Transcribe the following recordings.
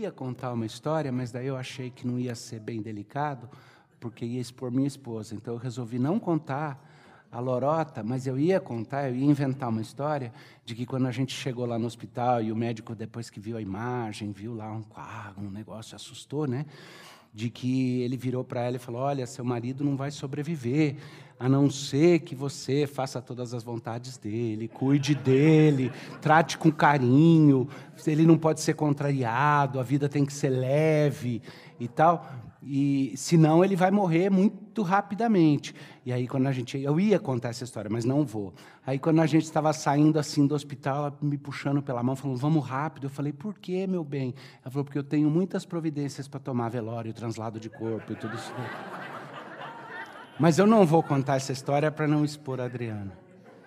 ia contar uma história, mas daí eu achei que não ia ser bem delicado, porque ia expor minha esposa. Então, eu resolvi não contar a lorota, mas eu ia inventar uma história de que quando a gente chegou lá no hospital e o médico, depois que viu a imagem, viu lá um coágulo, um negócio, assustou, né? De que ele virou para ela e falou: olha, seu marido não vai sobreviver, a não ser que você faça todas as vontades dele, cuide dele, trate com carinho, ele não pode ser contrariado, a vida tem que ser leve e tal, e senão ele vai morrer muito rapidamente. E aí, quando eu ia contar essa história, mas não vou. Aí, quando a gente estava saindo assim do hospital, ela me puxando pela mão, falando: vamos rápido. Eu falei: por quê, meu bem? Ela falou: porque eu tenho muitas providências para tomar velório, translado de corpo e tudo isso. Mas eu não vou contar essa história para não expor a Adriana.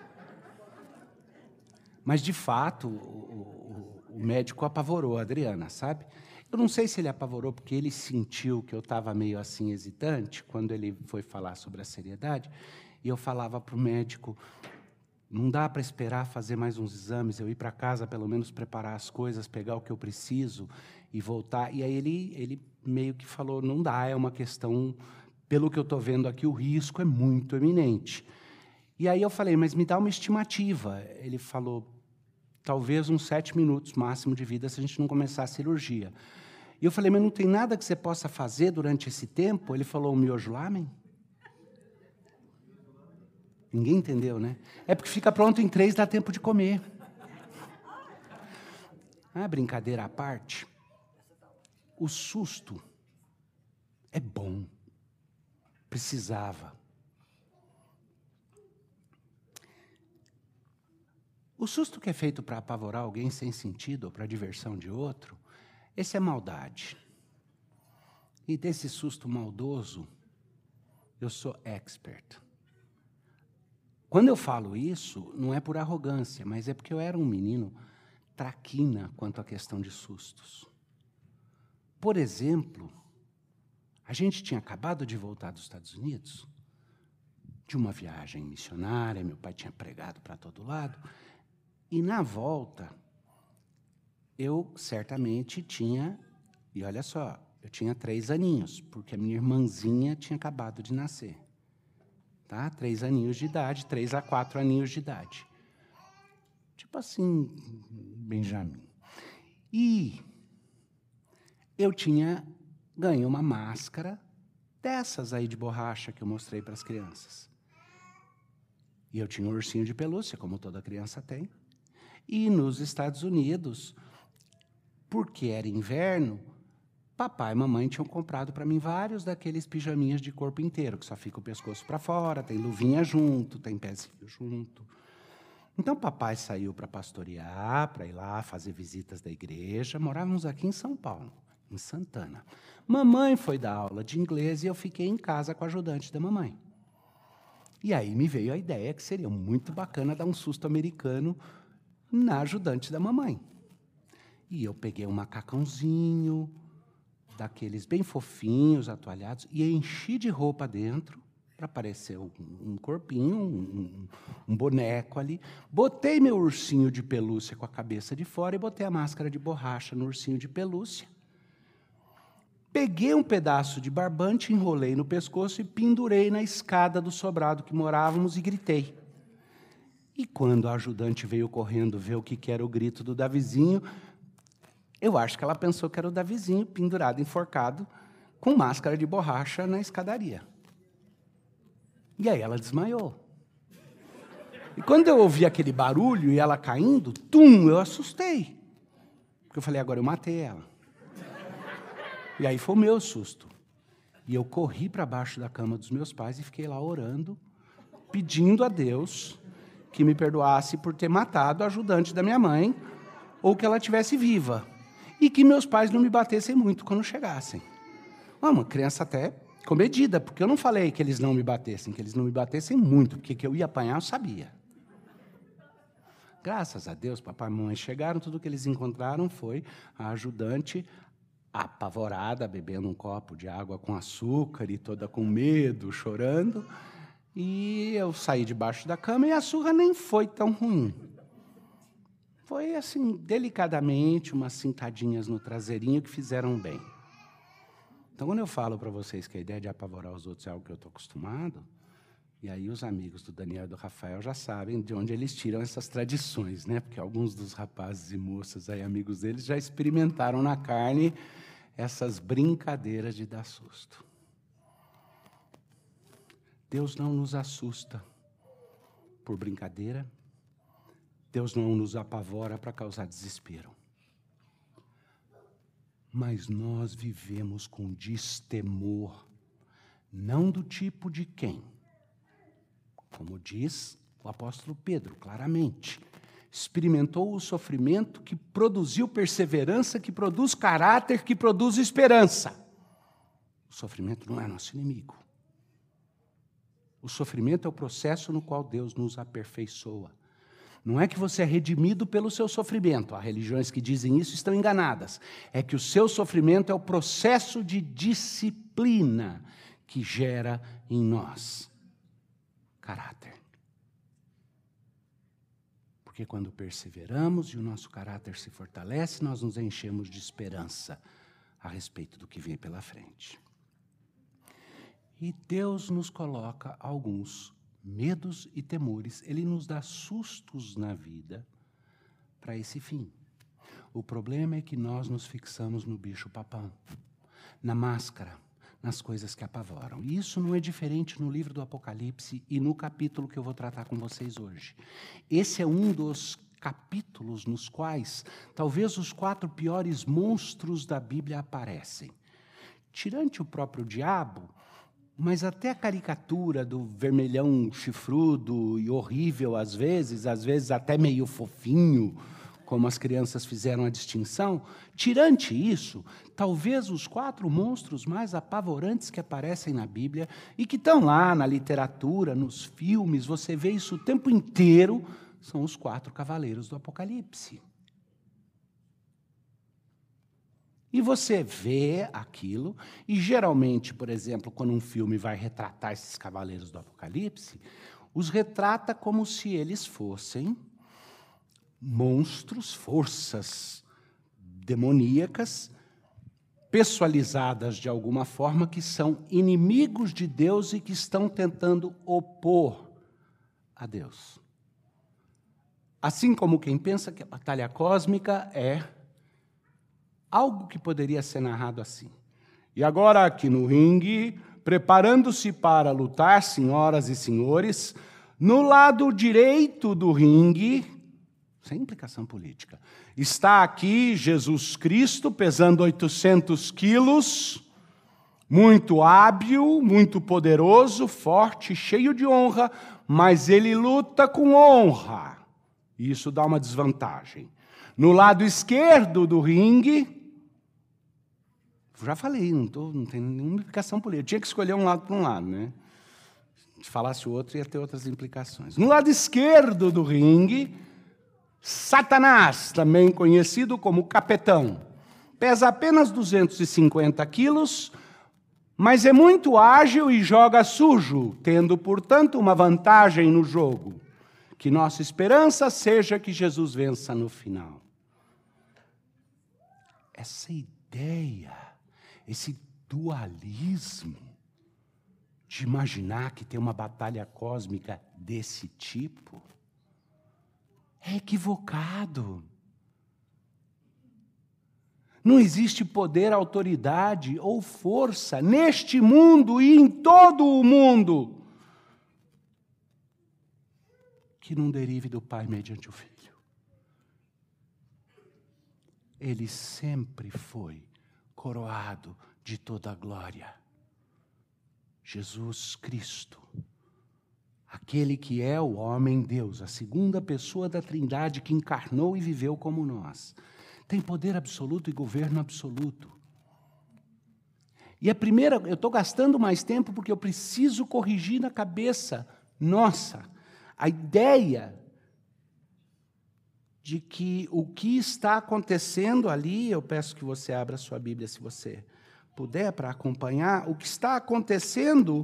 Mas, de fato, o médico apavorou a Adriana, sabe? Eu não sei se ele apavorou porque ele sentiu que eu estava meio assim hesitante quando ele foi falar sobre a seriedade, e eu falava para o médico: não dá para esperar fazer mais uns exames, eu ir para casa, pelo menos preparar as coisas, pegar o que eu preciso e voltar. E aí ele meio que falou: não dá, é uma questão, pelo que eu estou vendo aqui, o risco é muito eminente. E aí eu falei: mas me dá uma estimativa. Ele falou: talvez uns 7 minutos máximo de vida se a gente não começar a cirurgia. E eu falei: mas não tem nada que você possa fazer durante esse tempo? Ele falou: um miojo lamen? Ninguém entendeu, né? É porque fica pronto em 3, dá tempo de comer. Ah, brincadeira à parte, o susto é bom. Precisava. O susto que é feito para apavorar alguém sem sentido ou para a diversão de outro, esse é maldade. E desse susto maldoso, eu sou expert. Quando eu falo isso, não é por arrogância, mas é porque eu era um menino traquina quanto à questão de sustos. Por exemplo, a gente tinha acabado de voltar dos Estados Unidos, de uma viagem missionária, meu pai tinha pregado para todo lado, e na volta, eu certamente tinha, e olha só, eu tinha 3 aninhos, porque a minha irmãzinha tinha acabado de nascer. Tá? 3 aninhos de idade, 3 a 4 aninhos de idade. Tipo assim, Benjamin. E eu tinha ganho uma máscara dessas aí de borracha que eu mostrei para as crianças. E eu tinha um ursinho de pelúcia, como toda criança tem. E nos Estados Unidos, porque era inverno, papai e mamãe tinham comprado para mim vários daqueles pijaminhas de corpo inteiro, que só fica o pescoço para fora, tem luvinha junto, tem pezinho junto. Então, papai saiu para pastorear, para ir lá fazer visitas da igreja. Morávamos aqui em São Paulo, em Santana. Mamãe foi dar aula de inglês e eu fiquei em casa com a ajudante da mamãe. E aí me veio a ideia que seria muito bacana dar um susto americano na ajudante da mamãe. E eu peguei um macacãozinho, daqueles bem fofinhos, atoalhados, e enchi de roupa dentro, para parecer um corpinho, um boneco ali. Botei meu ursinho de pelúcia com a cabeça de fora e botei a máscara de borracha no ursinho de pelúcia. Peguei um pedaço de barbante, enrolei no pescoço e pendurei na escada do sobrado que morávamos e gritei. E quando a ajudante veio correndo ver o que era o grito do Davizinho, eu acho que ela pensou que era o Davizinho pendurado, enforcado, com máscara de borracha na escadaria. E aí ela desmaiou. E quando eu ouvi aquele barulho e ela caindo, tum, eu assustei. Porque eu falei: agora eu matei ela. E aí foi o meu susto. E eu corri para baixo da cama dos meus pais e fiquei lá orando, pedindo a Deus que me perdoasse por ter matado a ajudante da minha mãe, ou que ela estivesse viva. E que meus pais não me batessem muito quando chegassem. Uma criança até comedida, porque eu não falei que eles não me batessem, que eles não me batessem muito, porque que eu ia apanhar eu sabia. Graças a Deus, papai e mamãe chegaram, tudo que eles encontraram foi a ajudante apavorada, bebendo um copo de água com açúcar e toda com medo, chorando. E eu saí debaixo da cama e a surra nem foi tão ruim. Foi assim, delicadamente, umas cintadinhas no traseirinho que fizeram bem. Então, quando eu falo para vocês que a ideia de apavorar os outros é algo que eu estou acostumado, e aí os amigos do Daniel e do Rafael já sabem de onde eles tiram essas tradições, né? Porque alguns dos rapazes e moças aí, amigos deles, já experimentaram na carne essas brincadeiras de dar susto. Deus não nos assusta por brincadeira. Deus não nos apavora para causar desespero. Mas nós vivemos com destemor, não do tipo de quem? Como diz o apóstolo Pedro, claramente. Experimentou o sofrimento que produziu perseverança, que produz caráter, que produz esperança. O sofrimento não é nosso inimigo. O sofrimento é o processo no qual Deus nos aperfeiçoa. Não é que você é redimido pelo seu sofrimento. Há religiões que dizem isso e estão enganadas. É que o seu sofrimento é o processo de disciplina que gera em nós caráter. Porque quando perseveramos e o nosso caráter se fortalece, nós nos enchemos de esperança a respeito do que vem pela frente. E Deus nos coloca alguns medos e temores, Ele nos dá sustos na vida para esse fim. O problema é que nós nos fixamos no bicho-papão, na máscara, nas coisas que apavoram. E isso não é diferente no livro do Apocalipse e no capítulo que eu vou tratar com vocês hoje. Esse é um dos capítulos nos quais talvez os 4 piores monstros da Bíblia aparecem. Tirante o próprio diabo, mas até a caricatura do vermelhão chifrudo e horrível às vezes até meio fofinho, como as crianças fizeram a distinção, tirante isso, talvez os 4 monstros mais apavorantes que aparecem na Bíblia e que estão lá na literatura, nos filmes, você vê isso o tempo inteiro, são os 4 cavaleiros do Apocalipse. E você vê aquilo, e geralmente, por exemplo, quando um filme vai retratar esses cavaleiros do Apocalipse, os retrata como se eles fossem monstros, forças demoníacas, pessoalizadas de alguma forma, que são inimigos de Deus e que estão tentando opor a Deus. Assim como quem pensa que a batalha cósmica é algo que poderia ser narrado assim. E agora aqui no ringue, preparando-se para lutar, senhoras e senhores, no lado direito do ringue, sem implicação política, está aqui Jesus Cristo, pesando 800 quilos, muito hábil, muito poderoso, forte, cheio de honra, mas ele luta com honra. E isso dá uma desvantagem. No lado esquerdo do ringue, já falei, não tem nenhuma implicação política. Eu tinha que escolher um lado para um lado, né? Se falasse o outro, ia ter outras implicações. No lado esquerdo do ringue, Satanás, também conhecido como Capetão, pesa apenas 250 quilos, mas é muito ágil e joga sujo, tendo, portanto, uma vantagem no jogo. Que nossa esperança seja que Jesus vença no final. Essa ideia, esse dualismo de imaginar que tem uma batalha cósmica desse tipo é equivocado. Não existe poder, autoridade ou força neste mundo e em todo o mundo que não derive do Pai mediante o Filho. Ele sempre foi coroado de toda a glória. Jesus Cristo, aquele que é o homem-Deus, a segunda pessoa da Trindade que encarnou e viveu como nós, tem poder absoluto e governo absoluto. E a primeira, eu estou gastando mais tempo porque eu preciso corrigir na cabeça nossa a ideia de que o que está acontecendo ali, eu peço que você abra sua Bíblia, se você puder, para acompanhar, o que está acontecendo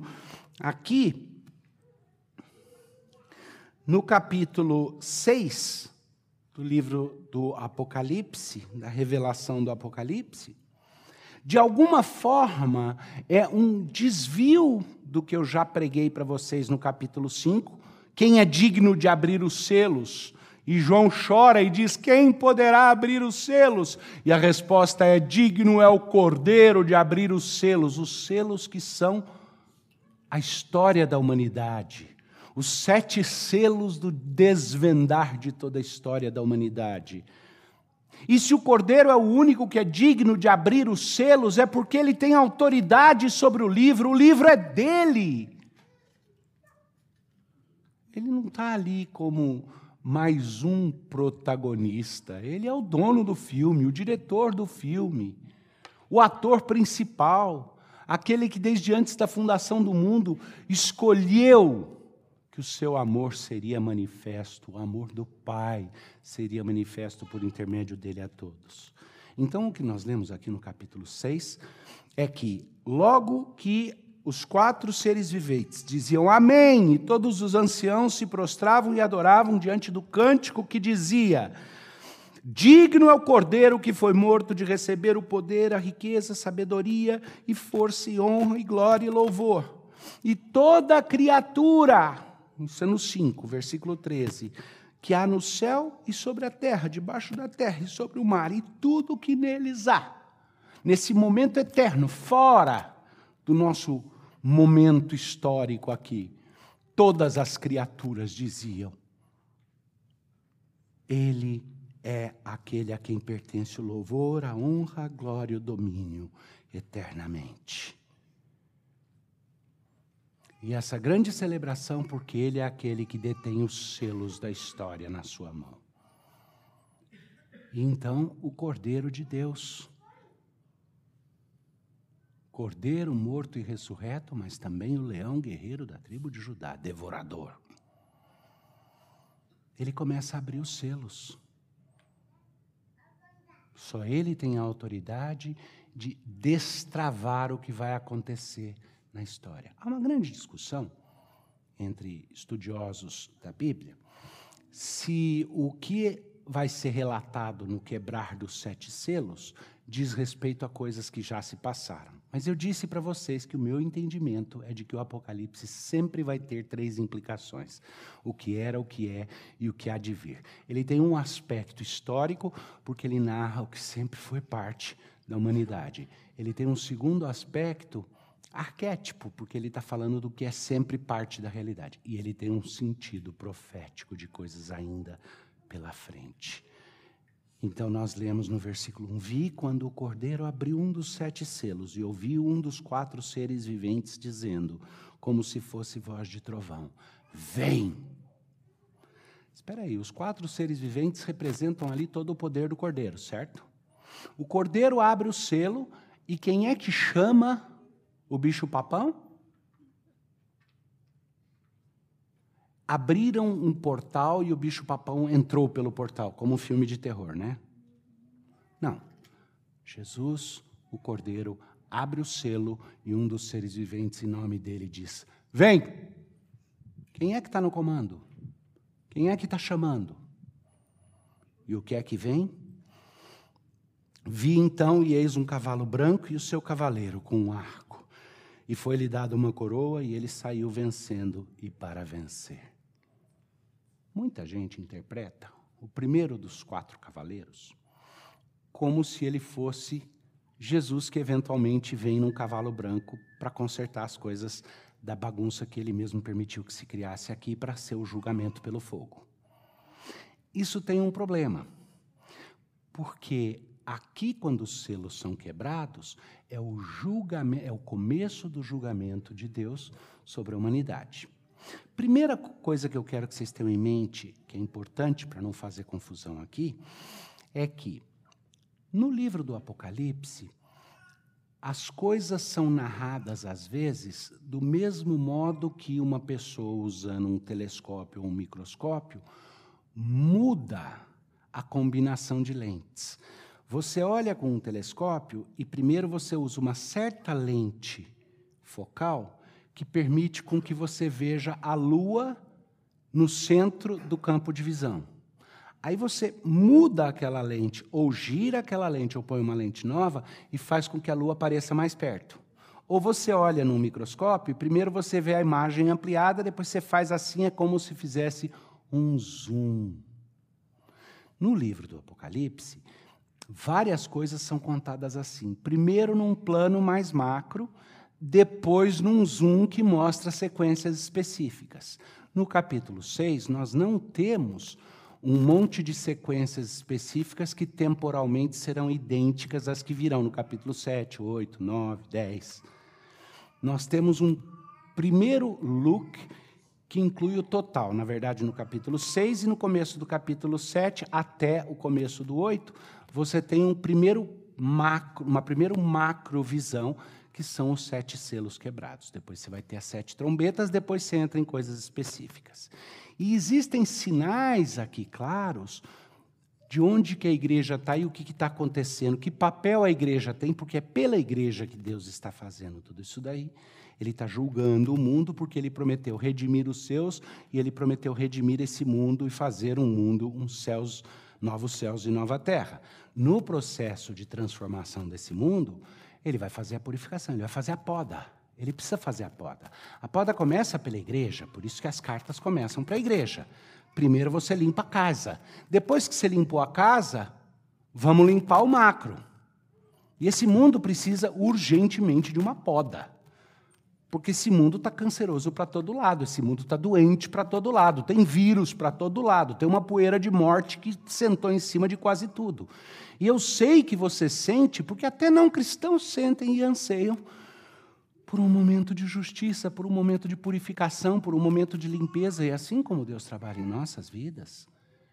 aqui, no capítulo 6, do livro do Apocalipse, da revelação do Apocalipse, de alguma forma é um desvio do que eu já preguei para vocês no capítulo 5. Quem é digno de abrir os selos? E João chora e diz, quem poderá abrir os selos? E a resposta é, digno é o Cordeiro de abrir os selos que são a história da humanidade. Os 7 selos do desvendar de toda a história da humanidade. E se o Cordeiro é o único que é digno de abrir os selos, é porque ele tem autoridade sobre o livro é dele. Ele não está ali como mais um protagonista, ele é o dono do filme, o diretor do filme, o ator principal, aquele que desde antes da fundação do mundo escolheu que o seu amor seria manifesto, o amor do Pai seria manifesto por intermédio dele a todos. Então, o que nós lemos aqui no capítulo 6 é que, logo que os 4 seres viventes diziam amém, e todos os anciãos se prostravam e adoravam diante do cântico que dizia, digno é o Cordeiro que foi morto de receber o poder, a riqueza, a sabedoria e força e honra e glória e louvor. E toda criatura, isso é no 5, versículo 13, que há no céu e sobre a terra, debaixo da terra e sobre o mar, e tudo o que neles há, nesse momento eterno, fora do nosso momento histórico aqui, todas as criaturas diziam, ele é aquele a quem pertence o louvor, a honra, a glória e o domínio eternamente. E essa grande celebração, porque ele é aquele que detém os selos da história na sua mão. E então, o Cordeiro de Deus. Cordeiro morto e ressurreto, mas também o leão guerreiro da tribo de Judá, devorador. Ele começa a abrir os selos. Só ele tem a autoridade de destravar o que vai acontecer na história. Há uma grande discussão entre estudiosos da Bíblia se o que vai ser relatado no quebrar dos 7 selos diz respeito a coisas que já se passaram. Mas eu disse para vocês que o meu entendimento é de que o Apocalipse sempre vai ter 3 implicações. O que era, o que é e o que há de vir. Ele tem um aspecto histórico, porque ele narra o que sempre foi parte da humanidade. Ele tem um segundo aspecto arquétipo, porque ele está falando do que é sempre parte da realidade. E ele tem um sentido profético de coisas ainda pela frente. Então, nós lemos no versículo 1, vi quando o Cordeiro abriu um dos 7 selos, e ouvi um dos 4 seres viventes dizendo, como se fosse voz de trovão, vem! Espera aí, os 4 seres viventes representam ali todo o poder do Cordeiro, certo? O Cordeiro abre o selo, e quem é que chama o bicho-papão? Abriram um portal e o bicho-papão entrou pelo portal, como um filme de terror, né? Não. Jesus, o Cordeiro, abre o selo e um dos seres viventes, em nome dele, diz, vem! Quem é que está no comando? Quem é que está chamando? E o que é que vem? Vi então, e eis um cavalo branco e o seu cavaleiro com um arco. E foi-lhe dada uma coroa e ele saiu vencendo e para vencer. Muita gente interpreta o primeiro dos 4 cavaleiros como se ele fosse Jesus que eventualmente vem num cavalo branco para consertar as coisas da bagunça que ele mesmo permitiu que se criasse aqui para ser o julgamento pelo fogo. Isso tem um problema, porque aqui, quando os selos são quebrados, é o julgamento, é o começo do julgamento de Deus sobre a humanidade. Primeira coisa que eu quero que vocês tenham em mente, que é importante para não fazer confusão aqui, é que no livro do Apocalipse, as coisas são narradas, às vezes, do mesmo modo que uma pessoa usando um telescópio ou um microscópio muda a combinação de lentes. Você olha com um telescópio e primeiro você usa uma certa lente focal que permite com que você veja a Lua no centro do campo de visão. Aí você muda aquela lente, ou gira aquela lente, ou põe uma lente nova, e faz com que a Lua pareça mais perto. Ou você olha num microscópio, e primeiro você vê a imagem ampliada, depois você faz assim, é como se fizesse um zoom. No livro do Apocalipse, várias coisas são contadas assim. Primeiro num plano mais macro, depois num zoom que mostra sequências específicas. No capítulo 6, nós não temos um monte de sequências específicas que temporalmente serão idênticas às que virão no capítulo 7, 8, 9, 10. Nós temos um primeiro look que inclui o total, na verdade, no capítulo 6 e no começo do capítulo 7 até o começo do 8, você tem uma primeira macrovisão, que são os 7 selos quebrados. Depois você vai ter as 7 trombetas, depois você entra em coisas específicas. E existem sinais aqui claros de onde que a igreja está e o que está acontecendo, que papel a igreja tem, porque é pela igreja que Deus está fazendo tudo isso daí. Ele está julgando o mundo porque ele prometeu redimir os seus e ele prometeu redimir esse mundo e fazer um mundo, novos céus e nova terra. No processo de transformação desse mundo, ele vai fazer a purificação, ele vai fazer a poda. Ele precisa fazer a poda. A poda começa pela igreja, por isso que as cartas começam para a igreja. Primeiro você limpa a casa. Depois que você limpou a casa, vamos limpar o macro. E esse mundo precisa urgentemente de uma poda. Porque esse mundo está canceroso para todo lado, esse mundo está doente para todo lado, tem vírus para todo lado, tem uma poeira de morte que sentou em cima de quase tudo. E eu sei que você sente, porque até não cristãos sentem e anseiam por um momento de justiça, por um momento de purificação, por um momento de limpeza, e assim como Deus trabalha em nossas vidas,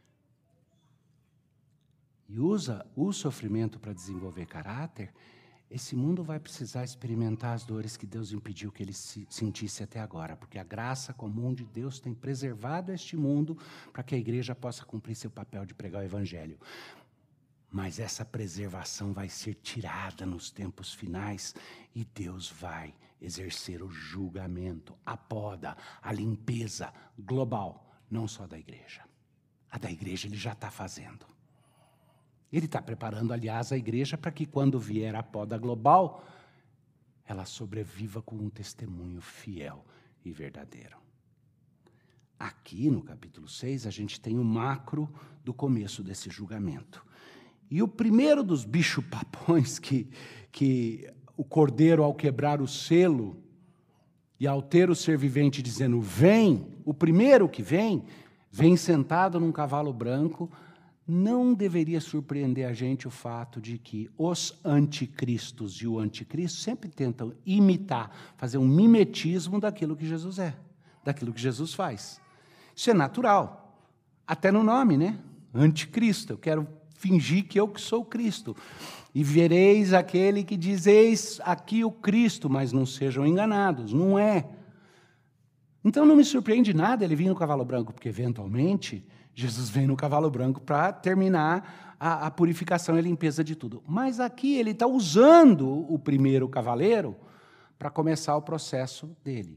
e usa o sofrimento para desenvolver caráter, esse mundo vai precisar experimentar as dores que Deus impediu que ele sentisse até agora, porque a graça comum de Deus tem preservado este mundo para que a igreja possa cumprir seu papel de pregar o evangelho. Mas essa preservação vai ser tirada nos tempos finais e Deus vai exercer o julgamento, a poda, a limpeza global, não só da igreja. A da igreja ele já está fazendo. Ele está preparando, aliás, a igreja para que quando vier a poda global, ela sobreviva com um testemunho fiel e verdadeiro. Aqui no capítulo 6, a gente tem o macro do começo desse julgamento. E o primeiro dos bicho-papões que o cordeiro, ao quebrar o selo, e ao ter o ser vivente dizendo, vem, o primeiro que vem sentado num cavalo branco, não deveria surpreender a gente o fato de que os anticristos e o anticristo sempre tentam imitar, fazer um mimetismo daquilo que Jesus é, daquilo que Jesus faz. Isso é natural, até no nome, né? Anticristo, eu quero fingir que eu que sou o Cristo. E vereis aquele que dizeis aqui o Cristo, mas não sejam enganados. Não é. Então não me surpreende nada ele vir no cavalo branco, porque eventualmente Jesus vem no cavalo branco para terminar a purificação e a limpeza de tudo. Mas aqui ele está usando o primeiro cavaleiro para começar o processo dele.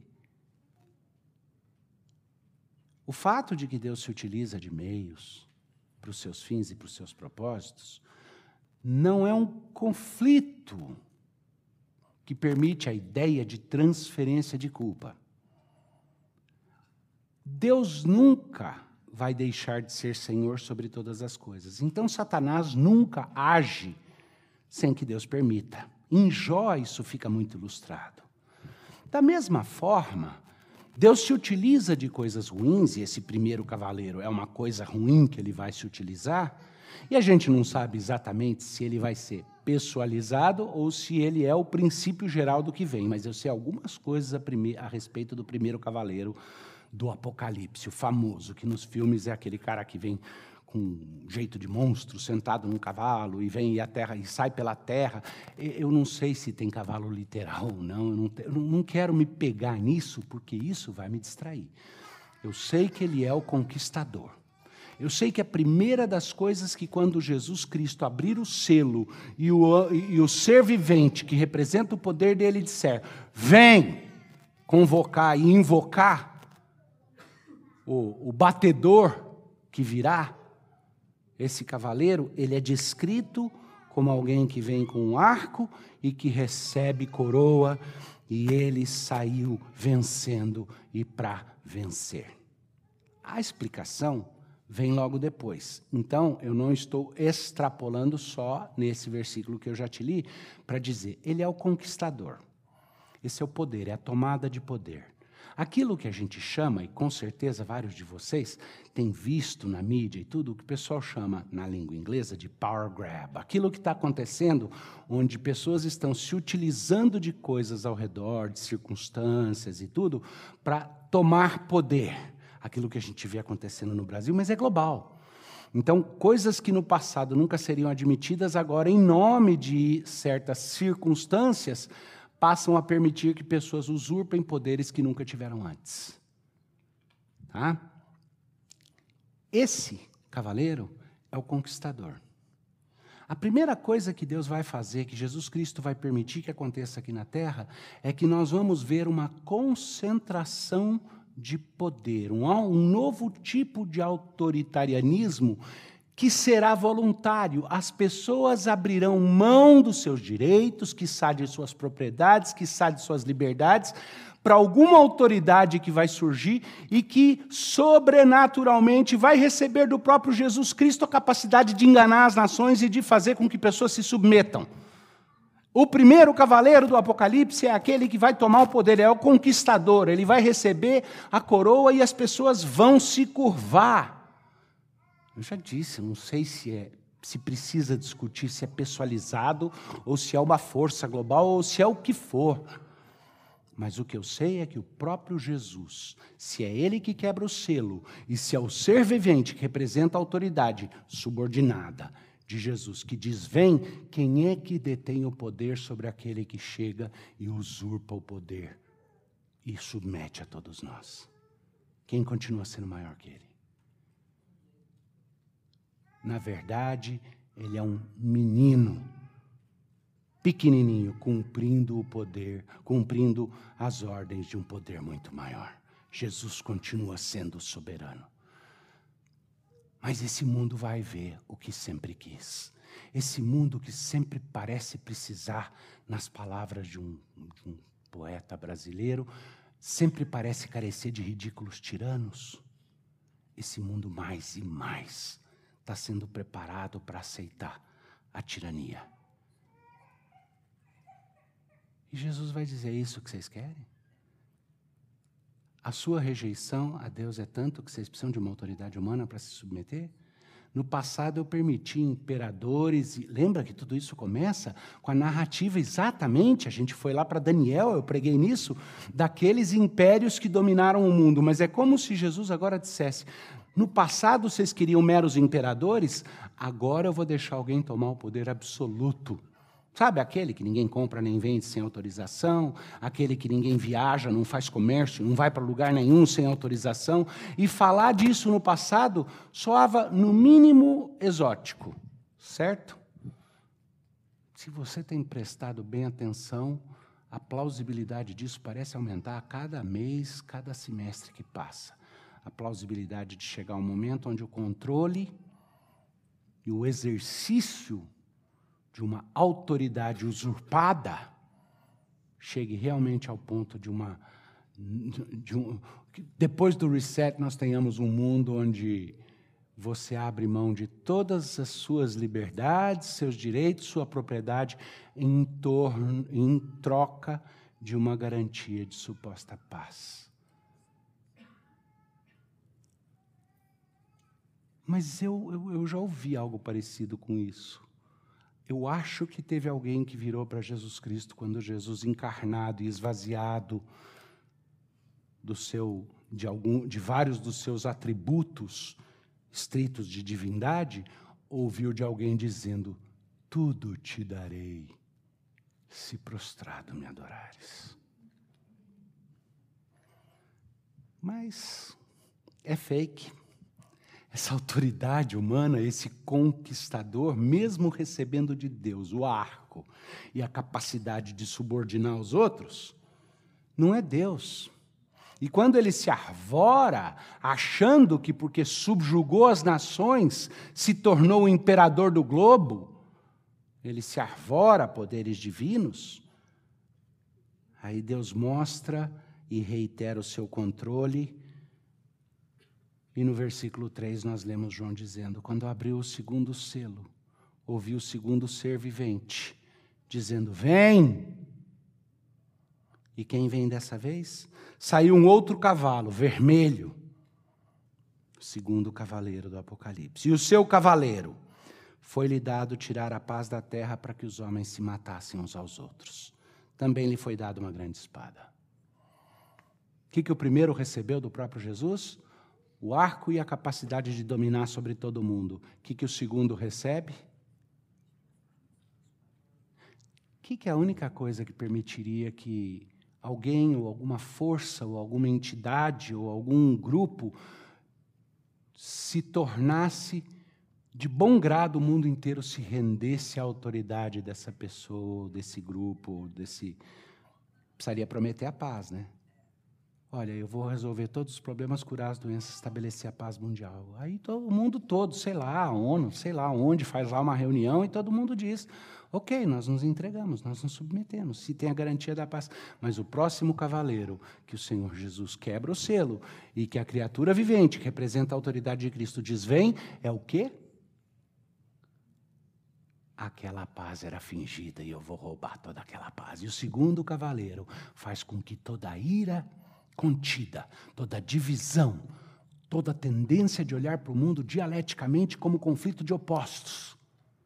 O fato de que Deus se utiliza de meios para os seus fins e para os seus propósitos, não é um conflito que permite a ideia de transferência de culpa. Deus nunca vai deixar de ser Senhor sobre todas as coisas. Então, Satanás nunca age sem que Deus permita. Em Jó, isso fica muito ilustrado. Da mesma forma, Deus se utiliza de coisas ruins, e esse primeiro cavaleiro é uma coisa ruim que ele vai se utilizar, e a gente não sabe exatamente se ele vai ser pessoalizado ou se ele é o princípio geral do que vem, mas eu sei algumas coisas a respeito do primeiro cavaleiro do Apocalipse, o famoso, que nos filmes é aquele cara que vem com um jeito de monstro, sentado num cavalo, e vem a terra, e sai pela terra. Eu não sei se tem cavalo literal ou não, eu não quero me pegar nisso, porque isso vai me distrair. Eu sei que ele é o conquistador. Eu sei que a primeira das coisas que quando Jesus Cristo abrir o selo e o ser vivente, que representa o poder dele, disser, vem convocar e invocar o batedor que virá, Esse cavaleiro, ele é descrito como alguém que vem com um arco e que recebe coroa, e ele saiu vencendo e para vencer. A explicação vem logo depois. Então, eu não estou extrapolando só nesse versículo que eu já te li, para dizer, ele é o conquistador. Esse é o poder, é a tomada de poder. Aquilo que a gente chama, e com certeza vários de vocês têm visto na mídia e tudo, o que o pessoal chama, na língua inglesa, de power grab. Aquilo que está acontecendo, onde pessoas estão se utilizando de coisas ao redor, de circunstâncias e tudo, para tomar poder. Aquilo que a gente vê acontecendo no Brasil, mas é global. Então, coisas que no passado nunca seriam admitidas, agora, em nome de certas circunstâncias, passam a permitir que pessoas usurpem poderes que nunca tiveram antes. Tá? Esse cavaleiro é o conquistador. A primeira coisa que Deus vai fazer, que Jesus Cristo vai permitir que aconteça aqui na Terra, é que nós vamos ver uma concentração de poder, um novo tipo de autoritarianismo que será voluntário. As pessoas abrirão mão dos seus direitos, quiçá de suas propriedades, quiçá de suas liberdades, para alguma autoridade que vai surgir e que, sobrenaturalmente, vai receber do próprio Jesus Cristo a capacidade de enganar as nações e de fazer com que pessoas se submetam. O primeiro cavaleiro do Apocalipse é aquele que vai tomar o poder, é o conquistador. Ele vai receber a coroa e as pessoas vão se curvar. Eu já disse, não sei se precisa discutir se é pessoalizado, ou se é uma força global, ou se é o que for. Mas o que eu sei é que o próprio Jesus, se é ele que quebra o selo, e se é o ser vivente que representa a autoridade subordinada de Jesus, que diz, vem, quem é que detém o poder sobre aquele que chega e usurpa o poder e submete a todos nós? Quem continua sendo maior que ele? Na verdade, ele é um menino, pequenininho, cumprindo o poder, cumprindo as ordens de um poder muito maior. Jesus continua sendo soberano. Mas esse mundo vai ver o que sempre quis. Esse mundo que sempre parece precisar, nas palavras de um poeta brasileiro, sempre parece carecer de ridículos tiranos. Esse mundo mais e mais está sendo preparado para aceitar a tirania. E Jesus vai dizer, isso que vocês querem? A sua rejeição a Deus é tanto que vocês precisam de uma autoridade humana para se submeter? No passado eu permiti imperadores, e lembra que tudo isso começa com a narrativa exatamente, a gente foi lá para Daniel, eu preguei nisso, daqueles impérios que dominaram o mundo, mas é como se Jesus agora dissesse, no passado vocês queriam meros imperadores, agora eu vou deixar alguém tomar o poder absoluto. Sabe, aquele que ninguém compra nem vende sem autorização, aquele que ninguém viaja, não faz comércio, não vai para lugar nenhum sem autorização. E falar disso no passado soava, no mínimo, exótico, certo? Se você tem prestado bem atenção, a plausibilidade disso parece aumentar a cada mês, cada semestre que passa. A plausibilidade de chegar um momento onde o controle e o exercício de uma autoridade usurpada, chegue realmente ao ponto depois do reset, nós tenhamos um mundo onde você abre mão de todas as suas liberdades, seus direitos, sua propriedade, em troca de uma garantia de suposta paz. Mas eu já ouvi algo parecido com isso. Eu acho que teve alguém que virou para Jesus Cristo quando Jesus encarnado e esvaziado de vários dos seus atributos estritos de divindade, ouviu de alguém dizendo, tudo te darei, se prostrado me adorares. Mas é fake. Essa autoridade humana, esse conquistador, mesmo recebendo de Deus o arco e a capacidade de subordinar os outros, não é Deus. E quando ele se arvora, achando que porque subjugou as nações, se tornou o imperador do globo, ele se arvora a poderes divinos, aí Deus mostra e reitera o seu controle. E no versículo 3 nós lemos João dizendo: quando abriu o segundo selo, ouvi o segundo ser vivente, dizendo: vem! E quem vem dessa vez? Saiu um outro cavalo, vermelho, o segundo cavaleiro do Apocalipse. E o seu cavaleiro foi-lhe dado tirar a paz da terra para que os homens se matassem uns aos outros. Também lhe foi dada uma grande espada. O que o primeiro recebeu do próprio Jesus? O arco e a capacidade de dominar sobre todo mundo. O que o segundo recebe? O que é a única coisa que permitiria que alguém, ou alguma força, ou alguma entidade, ou algum grupo se tornasse, de bom grado, o mundo inteiro se rendesse à autoridade dessa pessoa, desse grupo, precisaria prometer a paz, né? Olha, eu vou resolver todos os problemas, curar as doenças, estabelecer a paz mundial. Aí o mundo todo, sei lá, a ONU, sei lá onde, faz lá uma reunião e todo mundo diz: ok, nós nos entregamos, nós nos submetemos, se tem a garantia da paz. Mas o próximo cavaleiro, que o Senhor Jesus quebra o selo, e que a criatura vivente, que representa a autoridade de Cristo, diz: vem, é o quê? Aquela paz era fingida e eu vou roubar toda aquela paz. E o segundo cavaleiro faz com que toda a ira contida, toda a divisão, toda a tendência de olhar para o mundo dialeticamente como conflito de opostos,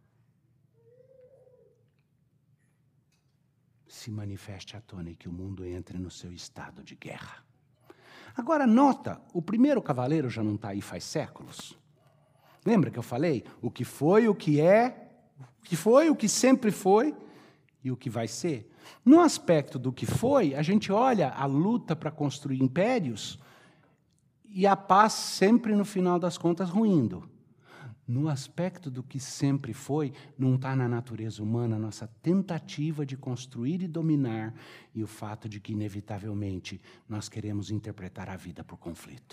se manifeste à tona e que o mundo entre no seu estado de guerra. Agora, nota, o primeiro cavaleiro já não está aí faz séculos. Lembra que eu falei? O que foi, o que é, o que foi, o que sempre foi e o que vai ser. No aspecto do que foi, a gente olha a luta para construir impérios e a paz sempre, no final das contas, ruindo. No aspecto do que sempre foi, não está na natureza humana a nossa tentativa de construir e dominar e o fato de que, inevitavelmente, nós queremos interpretar a vida por conflito.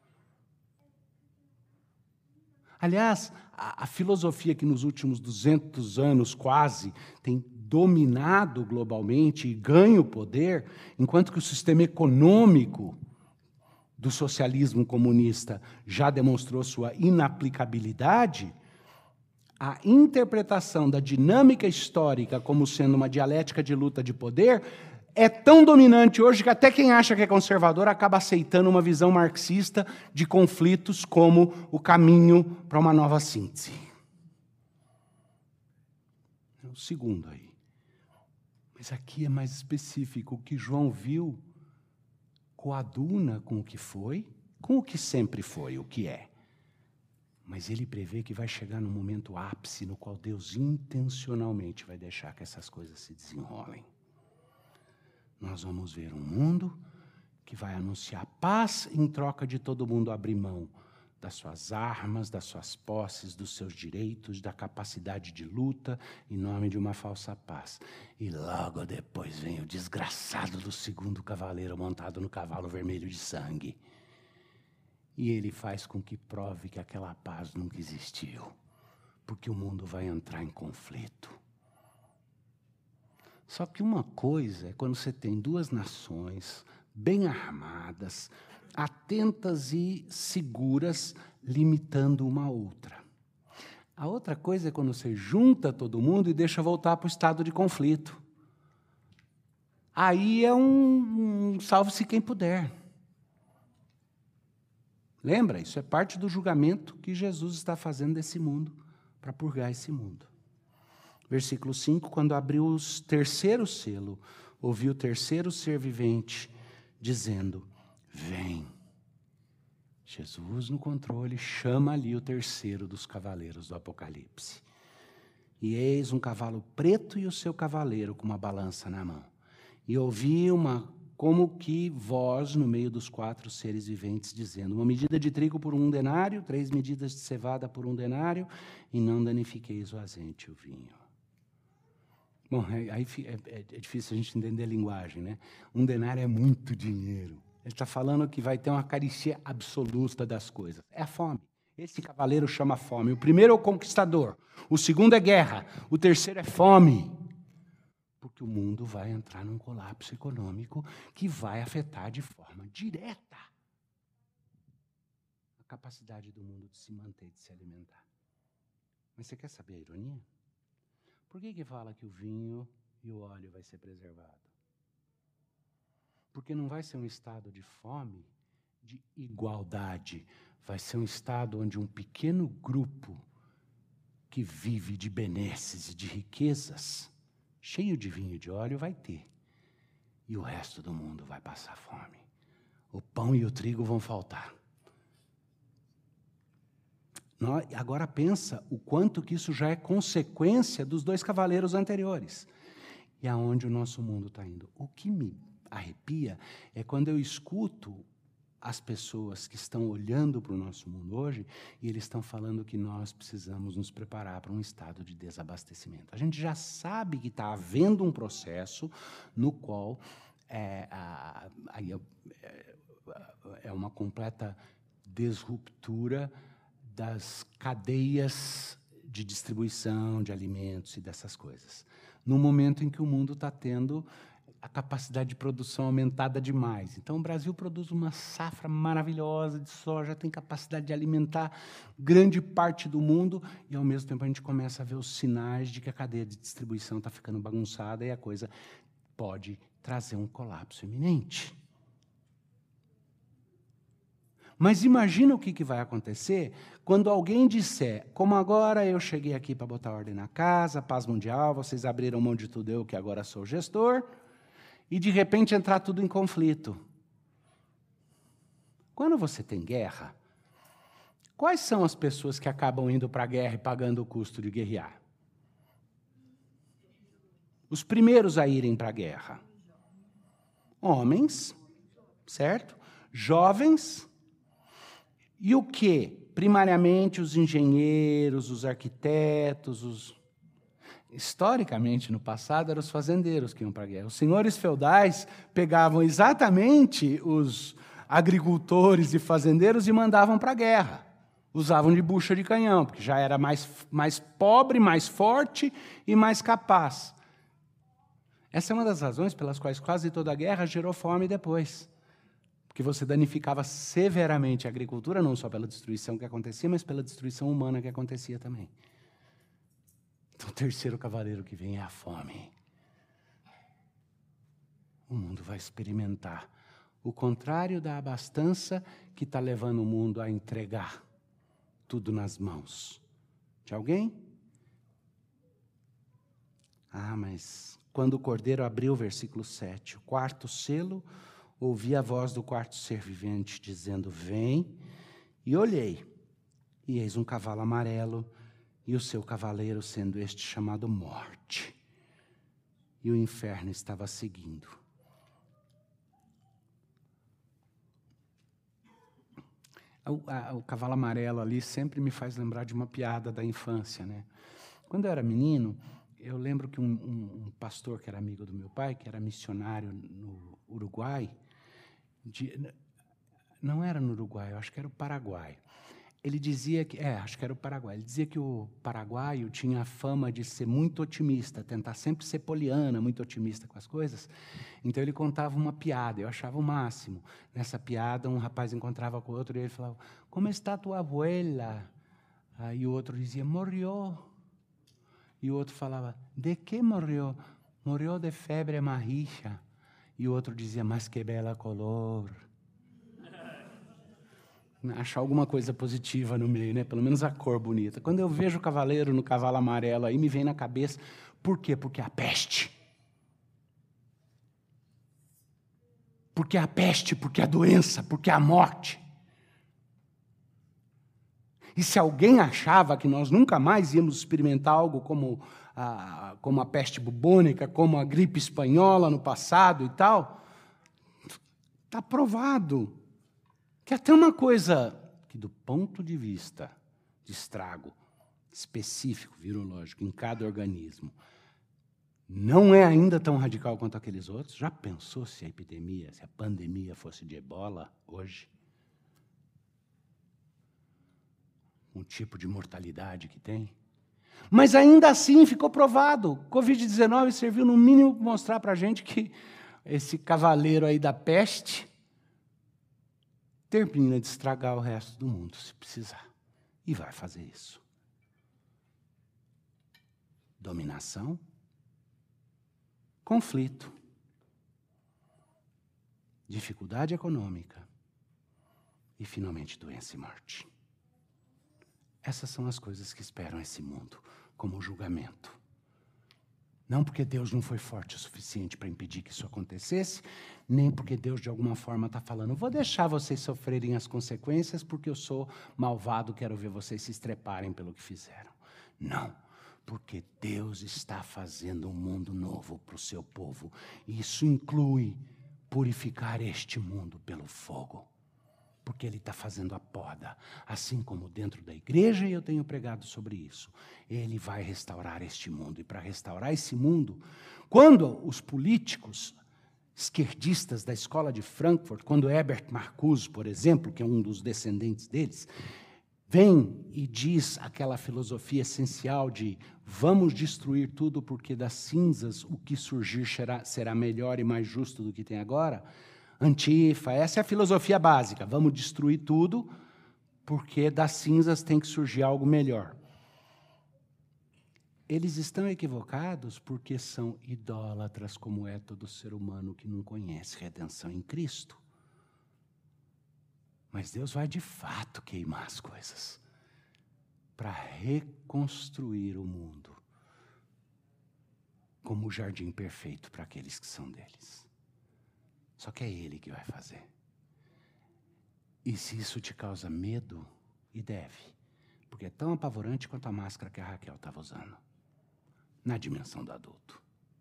Aliás, a filosofia que nos últimos 200 anos quase tem dominado globalmente e ganho poder, enquanto que o sistema econômico do socialismo comunista já demonstrou sua inaplicabilidade, a interpretação da dinâmica histórica como sendo uma dialética de luta de poder é tão dominante hoje que até quem acha que é conservador acaba aceitando uma visão marxista de conflitos como o caminho para uma nova síntese. É o segundo aí. Mas aqui é mais específico. O que João viu coaduna com o que foi, com o que sempre foi, o que é. Mas ele prevê que vai chegar num momento ápice no qual Deus intencionalmente vai deixar que essas coisas se desenrolem. Nós vamos ver um mundo que vai anunciar paz em troca de todo mundo abrir mão das suas armas, das suas posses, dos seus direitos, da capacidade de luta, em nome de uma falsa paz. E logo depois vem o desgraçado do segundo cavaleiro montado no cavalo vermelho de sangue. E ele faz com que prove que aquela paz nunca existiu, porque o mundo vai entrar em conflito. Só que uma coisa é quando você tem duas nações bem armadas, atentas e seguras, limitando uma a outra. A outra coisa é quando você junta todo mundo e deixa voltar para o estado de conflito. Aí é um salve-se quem puder. Lembra? Isso é parte do julgamento que Jesus está fazendo desse mundo, para purgar esse mundo. Versículo 5, quando abriu o terceiro selo, ouvi o terceiro ser vivente dizendo: vem. Jesus no controle chama ali o terceiro dos cavaleiros do Apocalipse. E eis um cavalo preto e o seu cavaleiro com uma balança na mão. E ouvi como que voz no meio dos quatro seres viventes dizendo: uma medida de trigo por 1 denário, 3 medidas de cevada por 1 denário, e não danifiqueis o azeite e o vinho. Bom, aí é difícil a gente entender a linguagem, né? 1 denário é muito dinheiro. Ele está falando que vai ter uma carícia absoluta das coisas. É a fome. Esse cavaleiro chama fome. O primeiro é o conquistador. O segundo é guerra. O terceiro é fome. Porque o mundo vai entrar num colapso econômico que vai afetar de forma direta a capacidade do mundo de se manter, de se alimentar. Mas você quer saber a ironia? Por que fala que o vinho e o óleo vai ser preservado? Porque não vai ser um estado de fome, de igualdade. Vai ser um estado onde um pequeno grupo que vive de benesses e de riquezas, cheio de vinho e de óleo, vai ter. E o resto do mundo vai passar fome. O pão e o trigo vão faltar. Agora pensa o quanto que isso já é consequência dos dois cavaleiros anteriores. E aonde o nosso mundo está indo. O que me arrepia é quando eu escuto as pessoas que estão olhando para o nosso mundo hoje e eles estão falando que nós precisamos nos preparar para um estado de desabastecimento. A gente já sabe que está havendo um processo no qual é uma completa disruptura das cadeias de distribuição de alimentos e dessas coisas. No momento em que o mundo está tendo a capacidade de produção aumentada demais. Então, o Brasil produz uma safra maravilhosa de soja, tem capacidade de alimentar grande parte do mundo, e, ao mesmo tempo, a gente começa a ver os sinais de que a cadeia de distribuição está ficando bagunçada e a coisa pode trazer um colapso iminente. Mas imagina o que vai acontecer quando alguém disser, como agora eu cheguei aqui para botar ordem na casa, paz mundial, vocês abriram mão de tudo, eu que agora sou gestor, e de repente entrar tudo em conflito. Quando você tem guerra, quais são as pessoas que acabam indo para a guerra e pagando o custo de guerrear? Os primeiros a irem para a guerra. Homens, certo? Jovens. E o quê? Primariamente os engenheiros, os arquitetos, Historicamente, no passado, eram os fazendeiros que iam para a guerra. Os senhores feudais pegavam exatamente os agricultores e fazendeiros e mandavam para a guerra. Usavam de bucha de canhão, porque já era mais pobre, mais forte e mais capaz. Essa é uma das razões pelas quais quase toda a guerra gerou fome depois. Porque você danificava severamente a agricultura, não só pela destruição que acontecia, mas pela destruição humana que acontecia também. Então, o terceiro cavaleiro que vem é a fome. O mundo vai experimentar o contrário da abastança que está levando o mundo a entregar tudo nas mãos de alguém. Mas quando o cordeiro abriu, versículo 7, o quarto selo, ouvi a voz do quarto ser vivente dizendo, vem, e olhei, e eis um cavalo amarelo, e o seu cavaleiro sendo este chamado Morte. E o inferno estava seguindo. O cavalo amarelo ali sempre me faz lembrar de uma piada da infância, né? Quando eu era menino, eu lembro que um pastor que era amigo do meu pai, que era missionário no Uruguai, não era no Uruguai, eu acho que era o Paraguai. Ele dizia que, acho que era o Paraguai, ele dizia que o paraguaio tinha a fama de ser muito otimista, tentar sempre ser poliana, muito otimista com as coisas. Então ele contava uma piada, eu achava o máximo. Nessa piada, um rapaz encontrava com o outro e ele falava, como está tua abuela? Aí o outro dizia, morreu. E o outro falava, de que morreu? Morreu de febre amarilla. E o outro dizia, mas que bela color. Achar alguma coisa positiva no meio, né? Pelo menos a cor bonita. Quando eu vejo o cavaleiro no cavalo amarelo, aí me vem na cabeça, por quê? Porque é a peste. Porque é a peste, porque é a doença, porque é a morte. E se alguém achava que nós nunca mais íamos experimentar algo como a peste bubônica, como a gripe espanhola no passado e tal, está provado que até uma coisa que, do ponto de vista de estrago específico, virológico, em cada organismo, não é ainda tão radical quanto aqueles outros. Já pensou se a epidemia, se a pandemia fosse de ebola hoje? Um tipo de mortalidade que tem. Mas ainda assim ficou provado. Covid-19 serviu no mínimo para mostrar para a gente que esse cavaleiro aí da peste termina de estragar o resto do mundo, se precisar. E vai fazer isso. Dominação, conflito, dificuldade econômica e, finalmente, doença e morte. Essas são as coisas que esperam esse mundo, como julgamento. Não porque Deus não foi forte o suficiente para impedir que isso acontecesse, nem porque Deus, de alguma forma, está falando, vou deixar vocês sofrerem as consequências porque eu sou malvado, quero ver vocês se estreparem pelo que fizeram. Não, porque Deus está fazendo um mundo novo para o seu povo. E isso inclui purificar este mundo pelo fogo. Porque Ele está fazendo a poda, assim como dentro da igreja, e eu tenho pregado sobre isso. Ele vai restaurar este mundo, e para restaurar esse mundo, quando os políticos esquerdistas da escola de Frankfurt, quando Herbert Marcuse, por exemplo, que é um dos descendentes deles, vem e diz aquela filosofia essencial de vamos destruir tudo porque das cinzas o que surgir será melhor e mais justo do que tem agora, Antifa, essa é a filosofia básica. Vamos destruir tudo, porque das cinzas tem que surgir algo melhor. Eles estão equivocados porque são idólatras, como é todo ser humano que não conhece redenção em Cristo. Mas Deus vai de fato queimar as coisas para reconstruir o mundo como o jardim perfeito para aqueles que são deles. Só que é Ele que vai fazer. E se isso te causa medo, e deve, porque é tão apavorante quanto a máscara que a Raquel estava usando, na dimensão do adulto.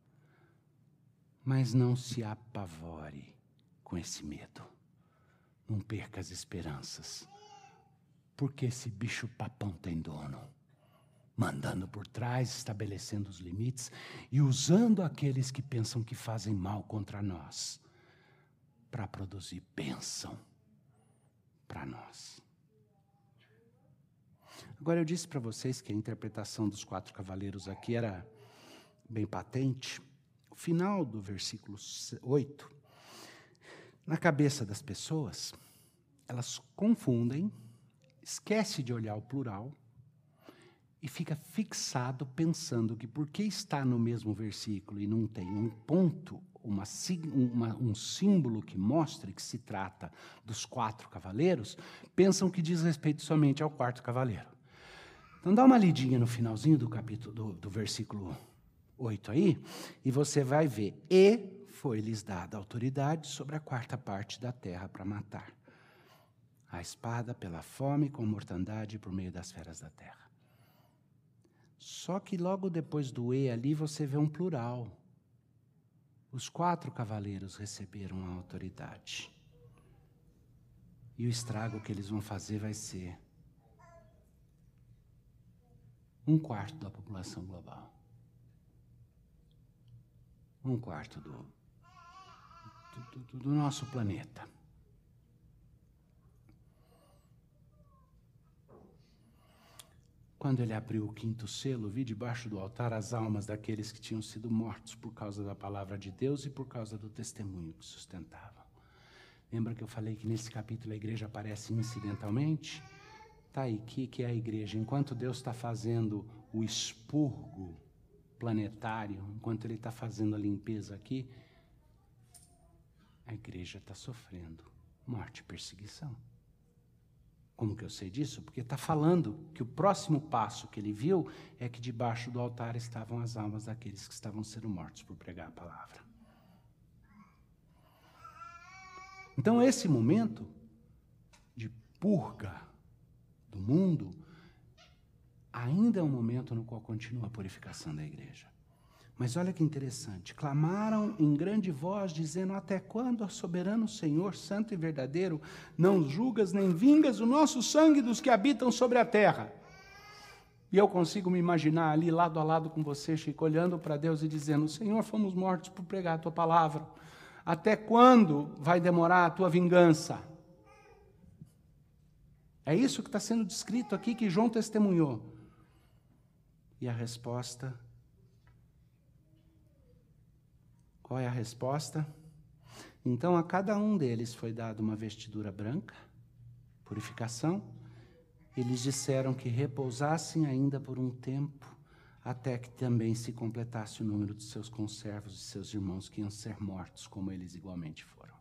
Mas não se apavore com esse medo. Não perca as esperanças, porque esse bicho papão tem dono, mandando por trás, estabelecendo os limites e usando aqueles que pensam que fazem mal contra nós, para produzir bênção para nós. Agora, eu disse para vocês que a interpretação dos 4 cavaleiros aqui era bem patente. O final do versículo 8, na cabeça das pessoas, elas confundem, esquece de olhar o plural e fica fixado pensando que porque está no mesmo versículo e não tem um ponto, um símbolo que mostre que se trata dos 4 cavaleiros, pensam que diz respeito somente ao 4º cavaleiro. Então dá uma lidinha no finalzinho do capítulo do versículo 8 aí, e você vai ver, e foi-lhes dada autoridade sobre a 4ª parte da terra para matar. A espada pela fome, com mortandade por meio das feras da terra. Só que logo depois do E ali você vê um plural. Os 4 cavaleiros receberam a autoridade. E o estrago que eles vão fazer vai ser 1/4 da população global. 1/4 do nosso planeta. Quando ele abriu o 5º selo, vi debaixo do altar as almas daqueles que tinham sido mortos por causa da palavra de Deus e por causa do testemunho que sustentavam. Lembra que eu falei que nesse capítulo a igreja aparece incidentalmente? Está aí, que é a igreja? Enquanto Deus está fazendo o expurgo planetário, enquanto Ele está fazendo a limpeza aqui, a igreja está sofrendo morte e perseguição. Como que eu sei disso? Porque está falando que o próximo passo que ele viu é que debaixo do altar estavam as almas daqueles que estavam sendo mortos por pregar a palavra. Então esse momento de purga do mundo ainda é um momento no qual continua a purificação da igreja. Mas olha que interessante, clamaram em grande voz, dizendo, até quando, ó soberano Senhor, santo e verdadeiro, não julgas nem vingas o nosso sangue dos que habitam sobre a terra? E eu consigo me imaginar ali, lado a lado com você, Chico, olhando para Deus e dizendo: Senhor, fomos mortos por pregar a tua palavra. Até quando vai demorar a tua vingança? É isso que está sendo descrito aqui, que João testemunhou. E a resposta? Qual é a resposta? Então a cada um deles foi dada uma vestidura branca, purificação. Eles disseram que repousassem ainda por um tempo, até que também se completasse o número de seus conservos e seus irmãos que iam ser mortos, como eles igualmente foram.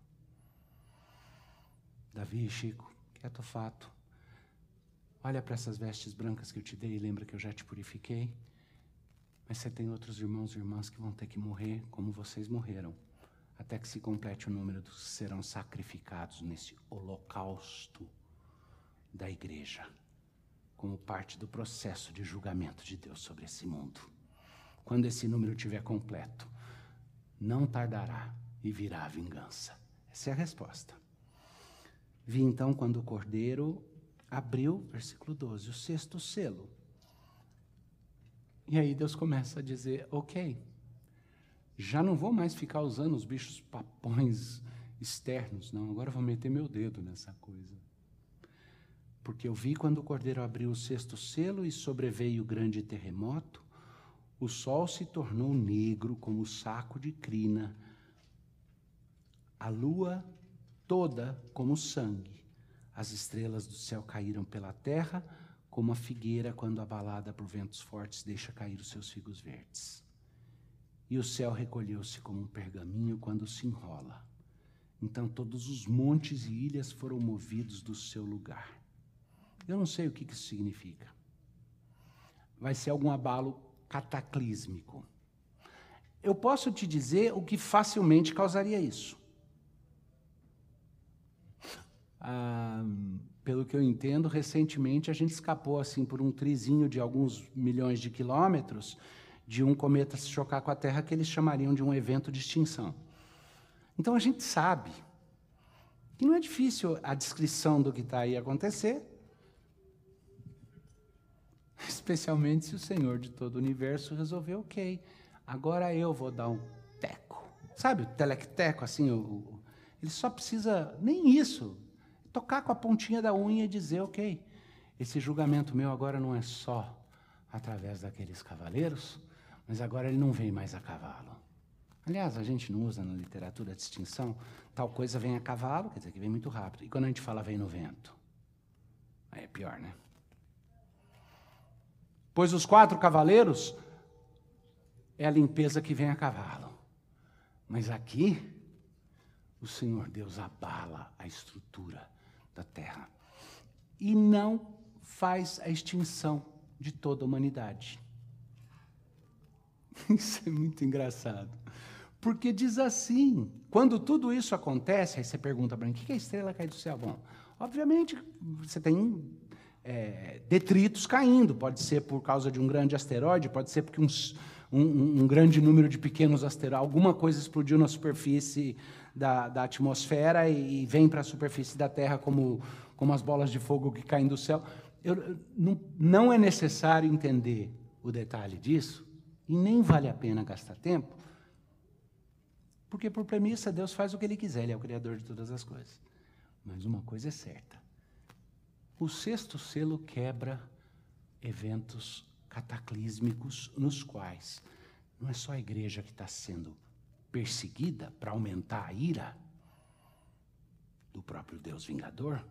Davi e Chico, quieto o fato. Olha para essas vestes brancas que eu te dei e lembra que eu já te purifiquei. Mas você tem outros irmãos e irmãs que vão ter que morrer como vocês morreram, até que se complete o número dos que serão sacrificados nesse holocausto da igreja, como parte do processo de julgamento de Deus sobre esse mundo. Quando esse número estiver completo, não tardará e virá a vingança. Essa é a resposta. Vi então quando o Cordeiro abriu, versículo 12, o 6º selo. E aí Deus começa a dizer: ok, já não vou mais ficar usando os bichos papões externos, não, agora eu vou meter meu dedo nessa coisa. Porque eu vi quando o Cordeiro abriu o 6º selo e sobreveio o grande terremoto, o sol se tornou negro como saco de crina, a lua toda como sangue, as estrelas do céu caíram pela terra, como a figueira quando abalada por ventos fortes deixa cair os seus figos verdes. E o céu recolheu-se como um pergaminho quando se enrola. Então todos os montes e ilhas foram movidos do seu lugar. Eu não sei o que isso significa. Vai ser algum abalo cataclísmico. Eu posso te dizer o que facilmente causaria isso. Pelo que eu entendo, recentemente a gente escapou assim por um trizinho de alguns milhões de quilômetros de um cometa se chocar com a Terra, que eles chamariam de um evento de extinção. Então a gente sabe que não é difícil a descrição do que está aí acontecer, especialmente se o Senhor de todo o universo resolver: ok, agora eu vou dar um teco. Sabe o telecteco, assim, ele só precisa, nem isso, tocar com a pontinha da unha e dizer: ok, esse julgamento meu agora não é só através daqueles cavaleiros, mas agora ele não vem mais a cavalo. Aliás, a gente não usa na literatura a distinção, tal coisa vem a cavalo, quer dizer que vem muito rápido. E quando a gente fala vem no vento? Aí é pior, né? Pois os 4 cavaleiros é a limpeza que vem a cavalo. Mas aqui, o Senhor Deus abala a estrutura da terra e não faz a extinção de toda a humanidade. Isso é muito engraçado, porque diz assim, quando tudo isso acontece, aí você pergunta para mim: o que é a estrela cair do céu? Bom, obviamente você tem detritos caindo, pode ser por causa de um grande asteroide, pode ser porque um grande número de pequenos asteroides, alguma coisa explodiu na superfície da atmosfera e vem para a superfície da Terra como as bolas de fogo que caem do céu. Não é necessário entender o detalhe disso, e nem vale a pena gastar tempo, porque por premissa Deus faz o que Ele quiser, Ele é o Criador de todas as coisas. Mas uma coisa é certa: o 6º selo quebra eventos cataclísmicos nos quais não é só a igreja que está sendo perseguida para aumentar a ira do próprio Deus vingador,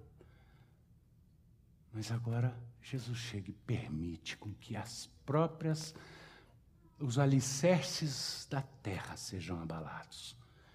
mas agora Jesus chega e permite com que os alicerces da terra sejam abalados.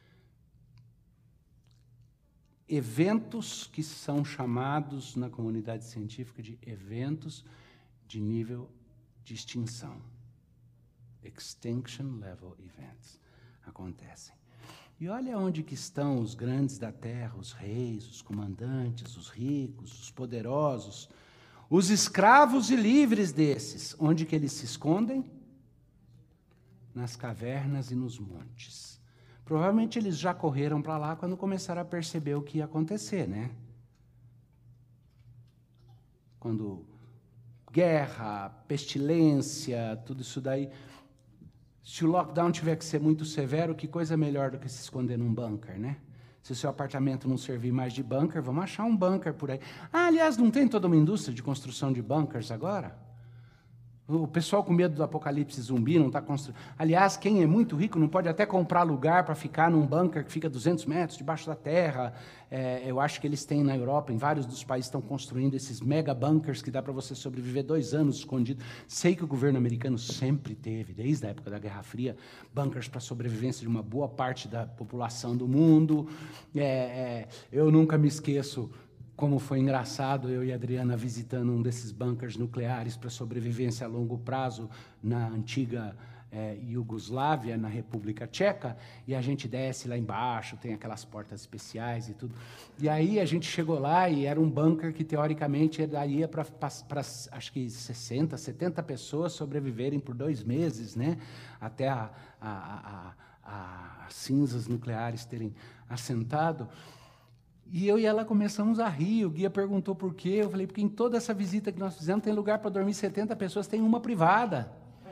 Eventos que são chamados na comunidade científica de eventos de nível de extinção. Extinction Level Events acontecem. E olha onde que estão os grandes da terra, os reis, os comandantes, os ricos, os poderosos, os escravos e livres desses. Onde que eles se escondem? Nas cavernas e nos montes. Provavelmente eles já correram para lá quando começaram a perceber o que ia acontecer, né? Quando guerra, pestilência, tudo isso daí. Se o lockdown tiver que ser muito severo, que coisa melhor do que se esconder num bunker, né? Se o seu apartamento não servir mais de bunker, vamos achar um bunker por aí. Ah, aliás, não tem toda uma indústria de construção de bunkers agora? O pessoal com medo do apocalipse zumbi não está construindo. Aliás, quem é muito rico não pode até comprar lugar para ficar num bunker que fica 200 metros debaixo da terra. Eu acho que eles têm na Europa, em vários dos países estão construindo esses mega bunkers que dá para você sobreviver 2 anos escondido. Sei que o governo americano sempre teve, desde a época da Guerra Fria, bunkers para sobrevivência de uma boa parte da população do mundo. Eu nunca me esqueço como foi engraçado eu e a Adriana visitando um desses bunkers nucleares para sobrevivência a longo prazo na antiga Iugoslávia, na República Tcheca, e a gente desce lá embaixo, tem aquelas portas especiais e tudo. E aí a gente chegou lá e era um bunker que, teoricamente, daria para acho que 60, 70 pessoas sobreviverem por 2 meses, né? Até as cinzas nucleares terem assentado. E eu e ela começamos a rir, o guia perguntou por quê, eu falei, porque em toda essa visita que nós fizemos tem lugar para dormir 70 pessoas, tem uma privada.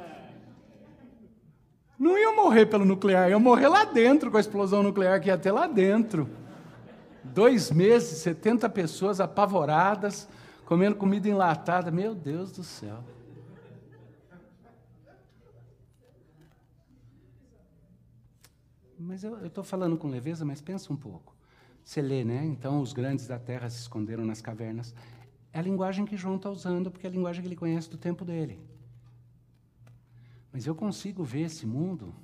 Não ia morrer pelo nuclear, ia morrer lá dentro com a explosão nuclear que ia ter lá dentro. 2 meses, 70 pessoas apavoradas, comendo comida enlatada, meu Deus do céu. Mas eu estou falando com leveza, mas pensa um pouco. Você lê, né? Então, os grandes da terra se esconderam nas cavernas. É a linguagem que João está usando, porque é a linguagem que ele conhece do tempo dele. Mas eu consigo ver esse mundo.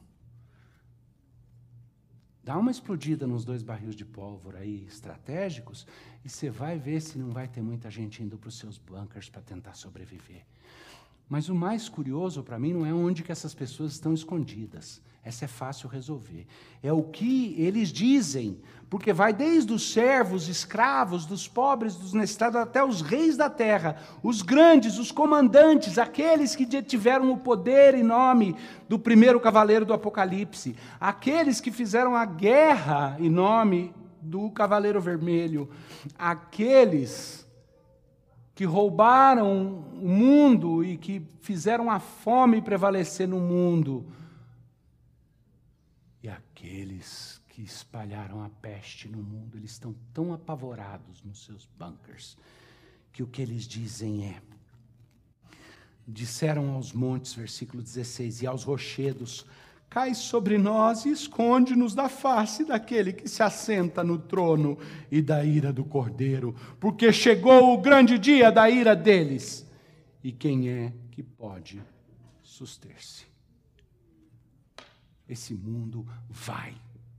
Dá uma explodida nos 2 barris de pólvora aí estratégicos, e você vai ver se não vai ter muita gente indo para os seus bunkers para tentar sobreviver. Mas o mais curioso para mim não é onde que essas pessoas estão escondidas. Essa é fácil resolver. É o que eles dizem, porque vai desde os servos, escravos, dos pobres, dos necessitados, até os reis da terra, os grandes, os comandantes, aqueles que tiveram o poder e nome do primeiro cavaleiro do Apocalipse, aqueles que fizeram a guerra em nome do Cavaleiro Vermelho, aqueles que roubaram o mundo e que fizeram a fome prevalecer no mundo, e aqueles que espalharam a peste no mundo, eles estão tão apavorados nos seus bunkers, que o que eles dizem é, disseram aos montes, versículo 16, e aos rochedos, cai sobre nós e esconde-nos da face daquele que se assenta no trono e da ira do Cordeiro, porque chegou o grande dia da ira deles. E quem é que pode suster-se? Esse mundo vai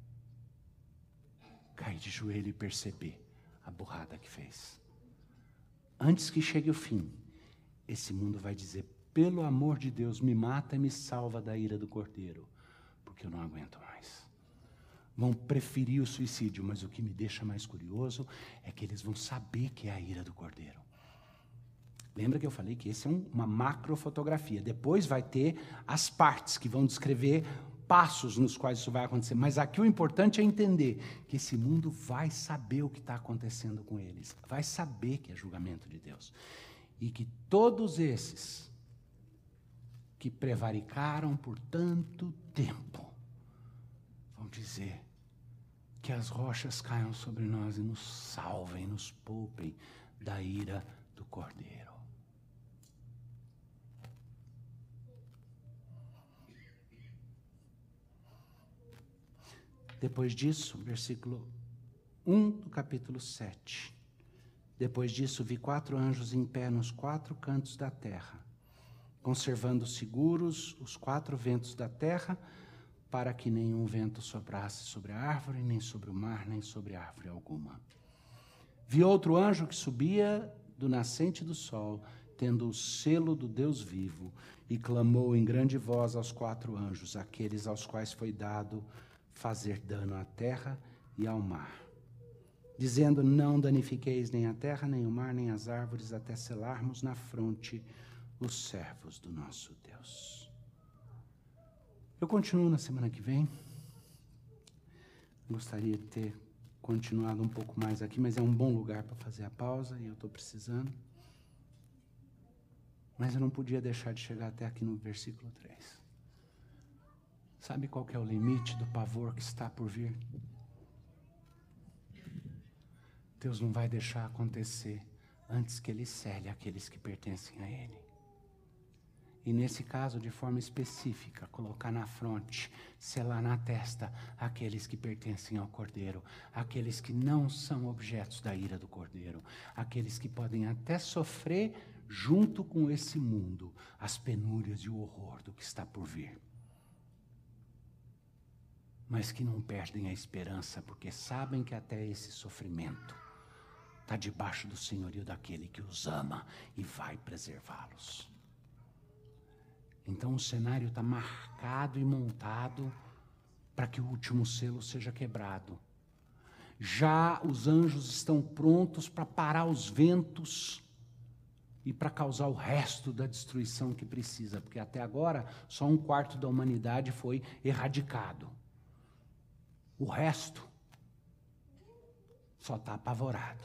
cair de joelho e perceber a burrada que fez. Antes que chegue o fim, esse mundo vai dizer, pelo amor de Deus, me mata e me salva da ira do Cordeiro, porque eu não aguento mais. Vão preferir o suicídio, mas o que me deixa mais curioso é que eles vão saber que é a ira do Cordeiro. Lembra que eu falei que esse é uma macrofotografia. Depois vai ter as partes que vão descrever passos nos quais isso vai acontecer. Mas aqui o importante é entender que esse mundo vai saber o que está acontecendo com eles. Vai saber que é julgamento de Deus. E que todos esses que prevaricaram por tanto tempo vão dizer que as rochas caiam sobre nós e nos salvem, nos poupem da ira do Cordeiro. Depois disso, versículo 1 do capítulo 7. Depois disso, vi 4 anjos em pé nos 4 cantos da terra, conservando seguros os 4 ventos da terra, para que nenhum vento soprasse sobre a árvore, nem sobre o mar, nem sobre árvore alguma. Vi outro anjo que subia do nascente do sol, tendo o selo do Deus vivo, e clamou em grande voz aos 4 anjos, aqueles aos quais foi dado fazer dano à terra e ao mar, dizendo, não danifiqueis nem a terra, nem o mar, nem as árvores, até selarmos na fronte os servos do nosso Deus. Eu continuo na semana que vem. Gostaria de ter continuado um pouco mais aqui, mas é um bom lugar para fazer a pausa e eu estou precisando. Mas eu não podia deixar de chegar até aqui no versículo 3. Sabe qual que é o limite do pavor que está por vir? Deus não vai deixar acontecer antes que Ele cele aqueles que pertencem a Ele. E nesse caso, de forma específica, colocar na fronte, selar na testa, aqueles que pertencem ao Cordeiro, aqueles que não são objetos da ira do Cordeiro, aqueles que podem até sofrer junto com esse mundo as penúrias e o horror do que está por vir. Mas que não perdem a esperança, porque sabem que até esse sofrimento está debaixo do senhorio daquele que os ama e vai preservá-los. Então o cenário está marcado e montado para que o último selo seja quebrado. Já os anjos estão prontos para parar os ventos e para causar o resto da destruição que precisa, porque até agora só 1/4 da humanidade foi erradicado. O resto só está apavorado.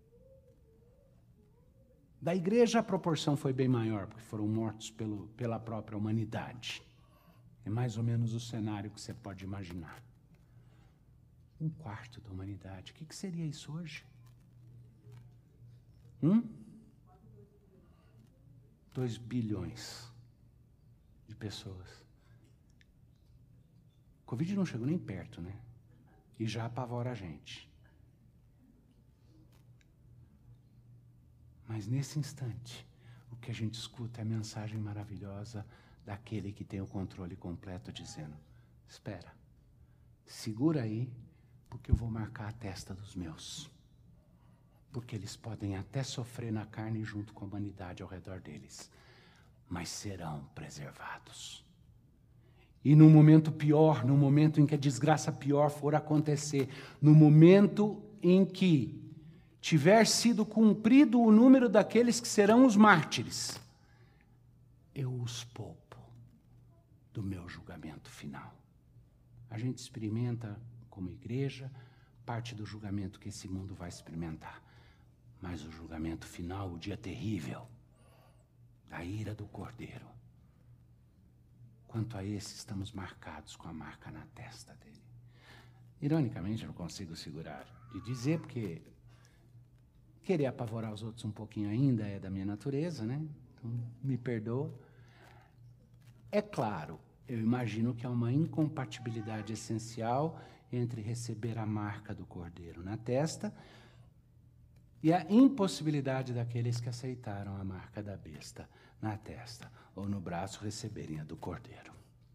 Da igreja a proporção foi bem maior, porque foram mortos pela própria humanidade. É mais ou menos o cenário que você pode imaginar. 1/4 da humanidade. O que seria isso hoje? 2 bilhões de pessoas. Covid não chegou nem perto, né? E já apavora a gente. Mas nesse instante, o que a gente escuta é a mensagem maravilhosa daquele que tem o controle completo, dizendo: espera, segura aí, porque eu vou marcar a testa dos meus. Porque eles podem até sofrer na carne junto com a humanidade ao redor deles, mas serão preservados. E no momento pior, no momento em que a desgraça pior for acontecer, no momento em que tiver sido cumprido o número daqueles que serão os mártires, eu os poupo do meu julgamento final. A gente experimenta, como igreja, parte do julgamento que esse mundo vai experimentar. Mas o julgamento final, o dia terrível, da ira do Cordeiro, quanto a esse, estamos marcados com a marca na testa dele. Ironicamente, eu não consigo segurar de dizer, porque querer apavorar os outros um pouquinho ainda é da minha natureza, né? Então, me perdoa. É claro, eu imagino que há uma incompatibilidade essencial entre receber a marca do Cordeiro na testa e a impossibilidade daqueles que aceitaram a marca da besta na testa ou no braço receberem a do Cordeiro.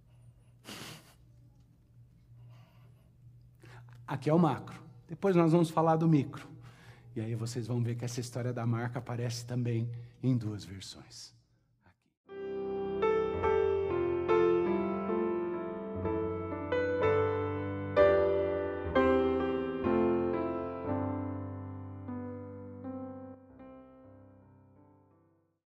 Aqui é o macro. Depois nós vamos falar do micro. E aí vocês vão ver que essa história da marca aparece também em 2 versões.